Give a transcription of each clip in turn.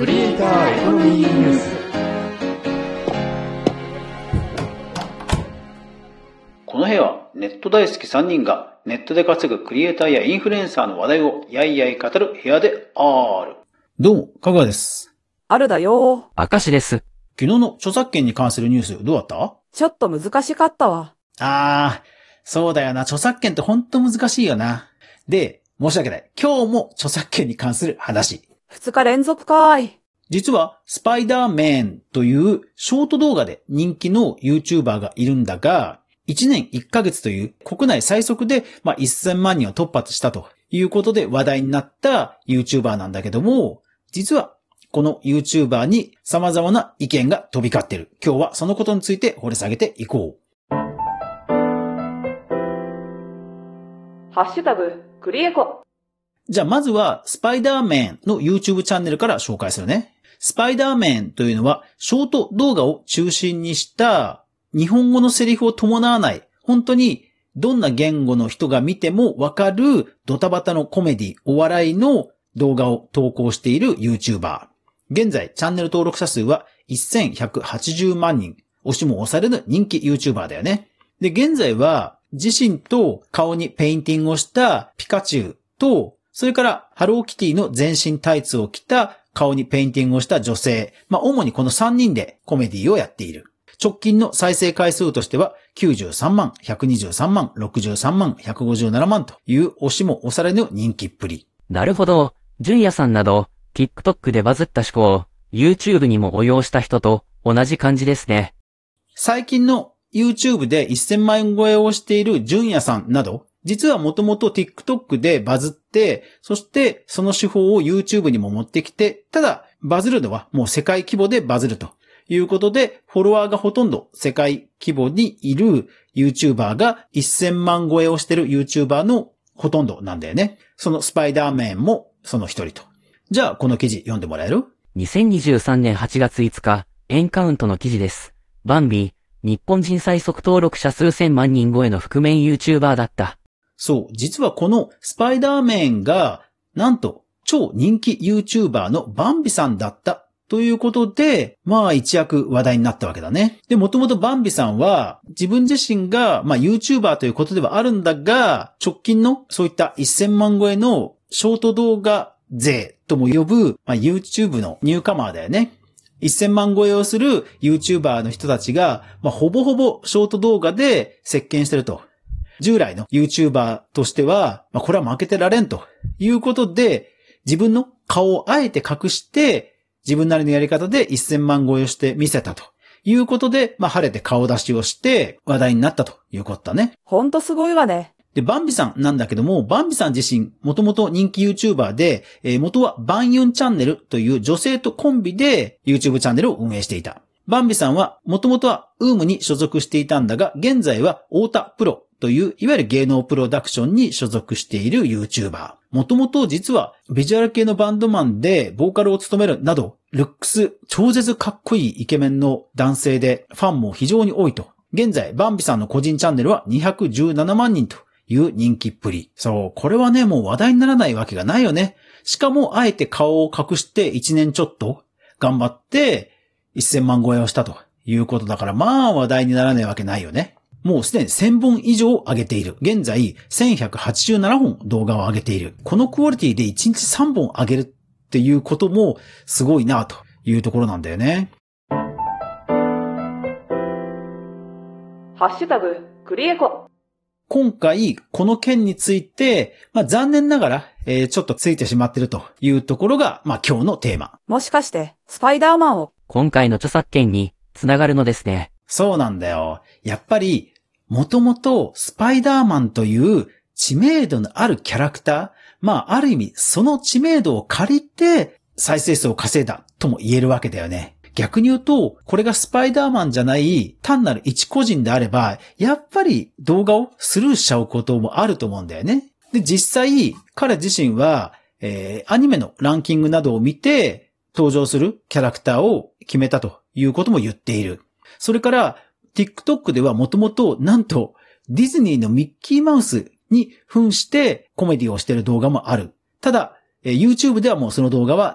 クリエイターエコノミーニュース。 この部屋はネット大好き3人がネットで稼ぐクリエイターやインフルエンサーの話題をやいやい語る部屋である。 どうも、かぐわです。 あるだよ。 明石です。 昨日の著作権に関するニュースどうだった？ ちょっと難しかったわ。 そうだよな。著作権ってほんと難しいよな。で、申し訳ない。今日も著作権に関する話。 2日連続かーい。 実は、スパイダーメンというショート動画で人気の YouTuber がいるんだが、1年1ヶ月という国内最速で、1000万人を突破したということで話題になった YouTuber なんだけども、実はこの YouTuber に様々な意見が飛び交っている。今日はそのことについて掘り下げていこう。 ハッシュタグ、クリエコ。 じゃあまずはスパイダーメンの YouTube チャンネルから紹介するね。スパイダーメンというのはショート動画を中心にした日本語のセリフを伴わない、本当にどんな言語の人が見てもわかるドタバタのコメディ、お笑いの動画を投稿している YouTuber。現在チャンネル登録者数は1180万人。押しも押されぬ人気 YouTuber だよね。で、現在は自身と顔にペインティングをしたピカチュウと、それからハローキティの全身タイツを着た顔にペインティングをした女性。主にこの3人でコメディをやっている。直近の再生回数としては93万、123万、63万、157万という押しも押されぬ人気っぷり。 なるほど。純也さんなど、TikTok でバズった思考を YouTube にも応用した人と同じ感じですね。 最近の YouTube で1000万円超えをしている純也さんなど、実はもともと TikTok でバズって、そしてその手法を YouTube にも持ってきて、ただバズるのはもう世界規模でバズるということで、フォロワーがほとんど世界規模にいる YouTuber が1000万超えをしている YouTuber のほとんどなんだよね。そのスパイダーメンもその一人と。じゃあこの記事読んでもらえる？ 2023年8月5日、エンカウントの記事です。バンビー、日本人最速登録者数千万人超えの覆面 YouTuber だった。 そう、実はこのスパイダーメンが、なんと超人気 YouTuber のバンビさんだったということで、一躍話題になったわけだね。で、もともとバンビさんは自分自身がYouTuber ということではあるんだが、直近のそういった1000万超えのショート動画勢とも呼ぶ、YouTube のニューカマーだよね。1000万超えをする YouTuber の人たちが、ほぼほぼショート動画で席巻してると。従来の YouTuber としては、これは負けてられんということで、自分の顔をあえて隠して、自分なりのやり方で1000万超えをして見せたということで、晴れて顔出しをして話題になったということだね。 ほんとすごいわね。 で、バンビさんなんだけども、バンビさん自身、もともと人気 YouTuber で、元はバンユンチャンネルという女性とコンビで YouTube チャンネルを運営していた。バンビさんは、もともとはウームに所属していたんだが、現在は太田プロという、いわゆる芸能プロダクションに所属している YouTuber。もともと実は、ビジュアル系のバンドマンで、ボーカルを務めるなど、ルックス、超絶かっこいいイケメンの男性で、ファンも非常に多いと。現在、バンビさんの個人チャンネルは217万人という人気っぷり。そう、これはね、もう話題にならないわけがないよね。しかも、あえて顔を隠して1年ちょっと頑張って、1000万超えをしたということだから、話題にならないわけないよね。もうすでに1000本以上上げている。現在、1187本動画を上げている。このクオリティで1日3本上げるっていうこともすごいなというところなんだよね。 ハッシュタグ、クリエコ。 今回、この件について、残念ながら、ちょっとついてしまっているというところが、今日のテーマ。 もしかして、スパイダーマンを。 今回の著作権につながるのですね。 そうなんだよ。やっぱり、もともとスパイダーマンという知名度のあるキャラクター、ある意味その知名度を借りて再生数を稼いだとも言えるわけだよね。逆に言うと、これがスパイダーマンじゃない単なる一個人であれば、やっぱり動画をスルーしちゃうこともあると思うんだよね。で、実際、彼自身は、アニメのランキングなどを見て登場するキャラクターを決めたということも言っている。それから、TikTok ではもともとなんとディズニーのミッキーマウスに扮してコメディをしている動画もある。ただ、YouTube ではもうその動画はない。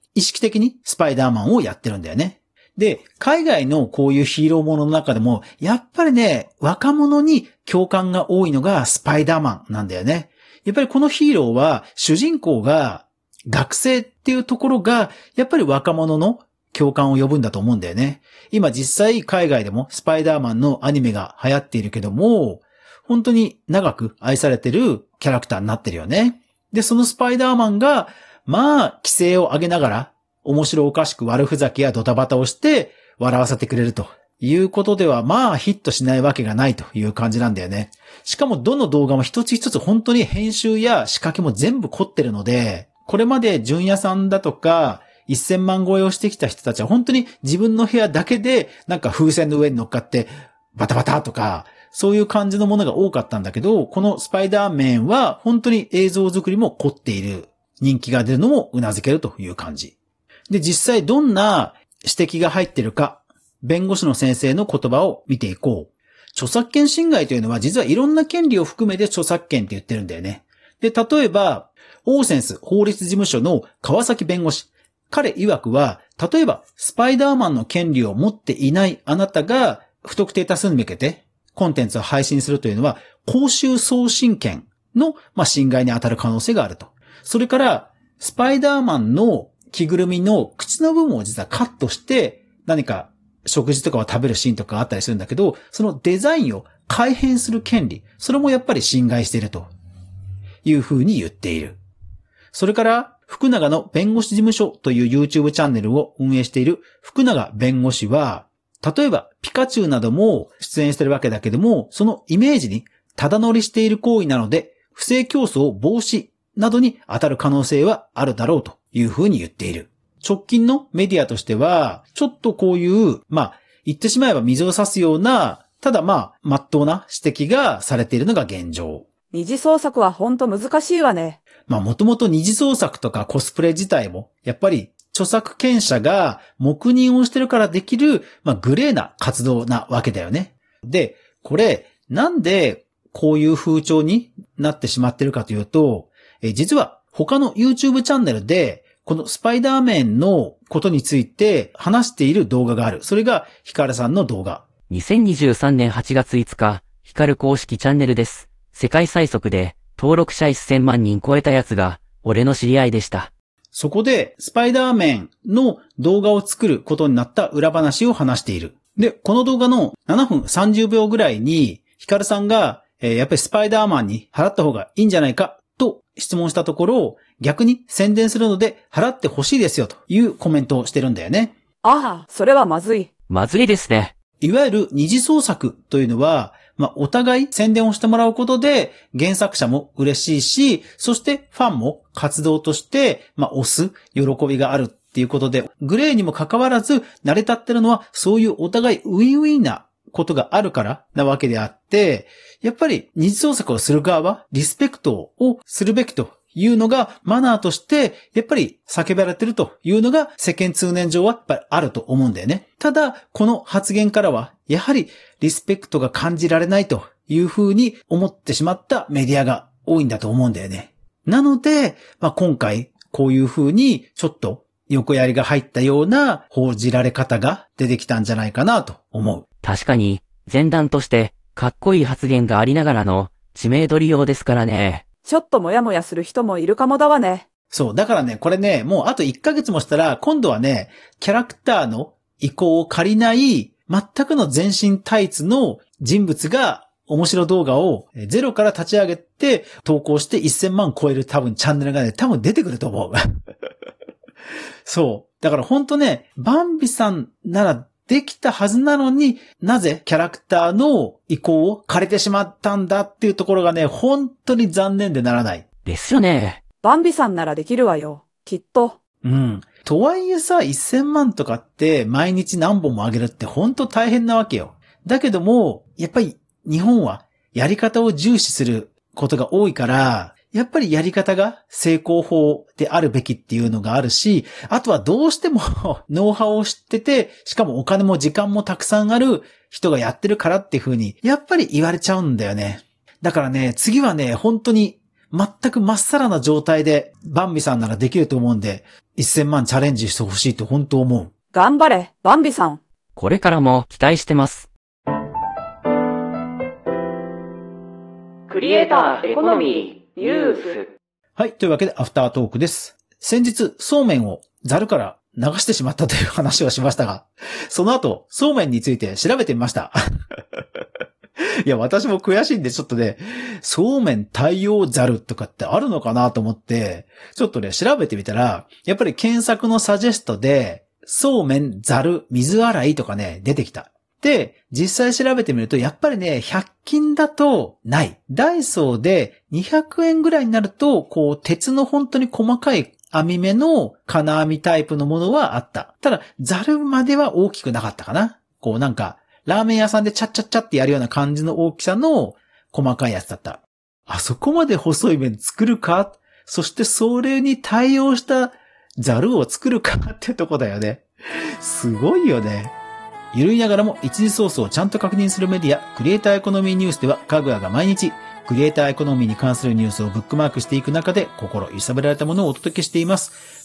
意識的にスパイダーマンをやってるんだよね。で、海外のこういうヒーローものの中でも、やっぱりね、若者に共感が多いのがスパイダーマンなんだよね。やっぱりこのヒーローは、主人公が学生っていうところが、やっぱり若者の共感を呼ぶんだと思うんだよね。今実際海外でもスパイダーマンのアニメが流行っているけども、本当に長く愛されてるキャラクターになってるよね。で、そのスパイダーマンが、まあ、規制を上げながら、面白おかしく悪ふざけやドタバタをして笑わせてくれるということでは、まあヒットしないわけがないという感じなんだよね。しかもどの動画も一つ一つ本当に編集や仕掛けも全部凝ってるので、これまで純也さんだとか1000万超えをしてきた人たちは本当に自分の部屋だけでなんか風船の上に乗っかってバタバタとか、そういう感じのものが多かったんだけど、このスパイダーメンは本当に映像作りも凝っている。人気が出るのも頷けるという感じ。で、実際どんな指摘が入っているか、弁護士の先生の言葉を見ていこう。著作権侵害というのは実はいろんな権利を含めて著作権って言ってるんだよね。で、例えば、オーセンス法律事務所の川崎弁護士。彼曰くは、例えば、スパイダーマンの権利を持っていないあなたが、不特定多数に向けて、コンテンツを配信するというのは、公衆送信権の、侵害に当たる可能性があると。それから、スパイダーマンの着ぐるみの口の部分を実はカットして、何か食事とかを食べるシーンとかがあったりするんだけど、そのデザインを改変する権利、それもやっぱり侵害しているというふうに言っている。それから、福永の弁護士事務所という YouTube チャンネルを運営している福永弁護士は、例えばピカチュウなども出演しているわけだけども、そのイメージにただ乗りしている行為なので、不正競争防止などに当たる可能性はあるだろうというふうに言っている。直近のメディアとしては、ちょっとこういう、言ってしまえば水を差すような、ただ真っ当な指摘がされているのが現状。 二次創作はほんと難しいわね。 もともと二次創作とかコスプレ自体も、やっぱり著作権者が黙認をしてるからできる、グレーな活動なわけだよね。で、これ、なんでこういう風潮になってしまってるかというと、実は他の YouTube チャンネルで、このスパイダーメンのことについて話している動画がある。それがヒカルさんの動画。 2023年8月5日、ヒカル公式チャンネルです。世界最速で登録者1000万人超えたやつが俺の知り合いでした。 そこでスパイダーメンの動画を作ることになった裏話を話している。で、この動画の7分30秒ぐらいにヒカルさんが、やっぱりスパイダーマンに払った方がいいんじゃないかと質問したところ、逆に宣伝するので払ってほしいですよというコメントをしてるんだよね。 ああ、それはまずい。 まずいですね。 いわゆる二次創作というのは、お互い宣伝をしてもらうことで原作者も嬉しいし、そしてファンも活動として、推す喜びがあるっていうことで、グレーにもかかわらず成り立ってるのはそういうお互いウィンウィンなことがあるからなわけであって、やっぱり二次創作をする側はリスペクトをするべきというのがマナーとしてやっぱり叫ばれてるというのが世間通念上はやっぱりあると思うんだよね。ただこの発言からはやはりリスペクトが感じられないというふうに思ってしまったメディアが多いんだと思うんだよね。なので、今回こういうふうにちょっと横やりが入ったような報じられ方が出てきたんじゃないかなと思う。 確かに前段としてかっこいい発言がありながらの知名度利用ですからね。 ちょっともやもやする人もいるかもだわね。 そう、だからね、これね、もうあと1ヶ月もしたら、今度はね、キャラクターの意向を借りない、全くの全身タイツの人物が面白動画をゼロから立ち上げて投稿して1000万超える多分チャンネルがね、多分出てくると思う。そう。だからほんとね、バンビさんならできたはずなのになぜキャラクターの意向を借りてしまったんだっていうところがね、本当に残念でならない。 ですよね。 バンビさんならできるわよ。きっと。 うん。とはいえさ、1000万とかって毎日何本も上げるって本当大変なわけよ。だけども、やっぱり日本はやり方を重視することが多いから、やっぱりやり方が成功法であるべきっていうのがあるし、あとはどうしてもノウハウを知ってて、しかもお金も時間もたくさんある人がやってるからっていう風に、やっぱり言われちゃうんだよね。だからね、次はね、本当に全くまっさらな状態でバンビさんならできると思うんで、1000万チャレンジしてほしいと本当思う。 頑張れ、バンビさん。 これからも期待してます。 クリエイターエコノミーニュース。 はい。というわけでアフタートークです。先日、そうめんをザルから流してしまったという話をしましたが、その後、そうめんについて調べてみました。いや、私も悔しいんでちょっとね、そうめん対応ザルとかってあるのかなと思って、ちょっとね、調べてみたら、やっぱり検索のサジェストで、そうめん、ザル、水洗いとかね、出てきた。で、実際調べてみると、やっぱりね、100均だとない。ダイソーで200円ぐらいになると、こう、鉄の本当に細かい網目の金網タイプのものはあった。ただ、ザルまでは大きくなかったかな。こうなんか、ラーメン屋さんでチャッチャッチャってやるような感じの大きさの細かいやつだった。あそこまで細い麺作るか？そしてそれに対応したザルを作るかってとこだよね。すごいよね。ゆるいながらも一時ソースをちゃんと確認するメディア、クリエイターエコノミーニュースでは、かぐわが毎日、クリエイターエコノミーに関するニュースをブックマークしていく中で、心揺さぶられたものをお届けしています。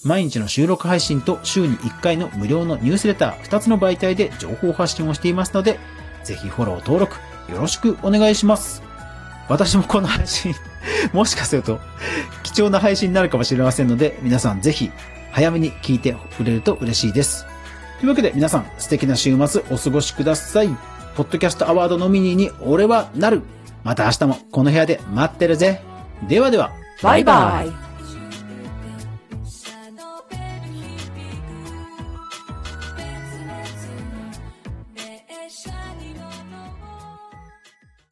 毎日の収録配信と週に1回の無料のニュースレター、2つの媒体で情報発信をしていますので、ぜひフォロー登録、よろしくお願いします。私もこの配信、もしかすると、貴重な配信になるかもしれませんので、皆さんぜひ、早めに聞いてくれると嬉しいです。というわけで皆さん素敵な週末お過ごしください。ポッドキャストアワードノミニーに俺はなる。また明日もこの部屋で待ってるぜ。ではでは。 バイバイ。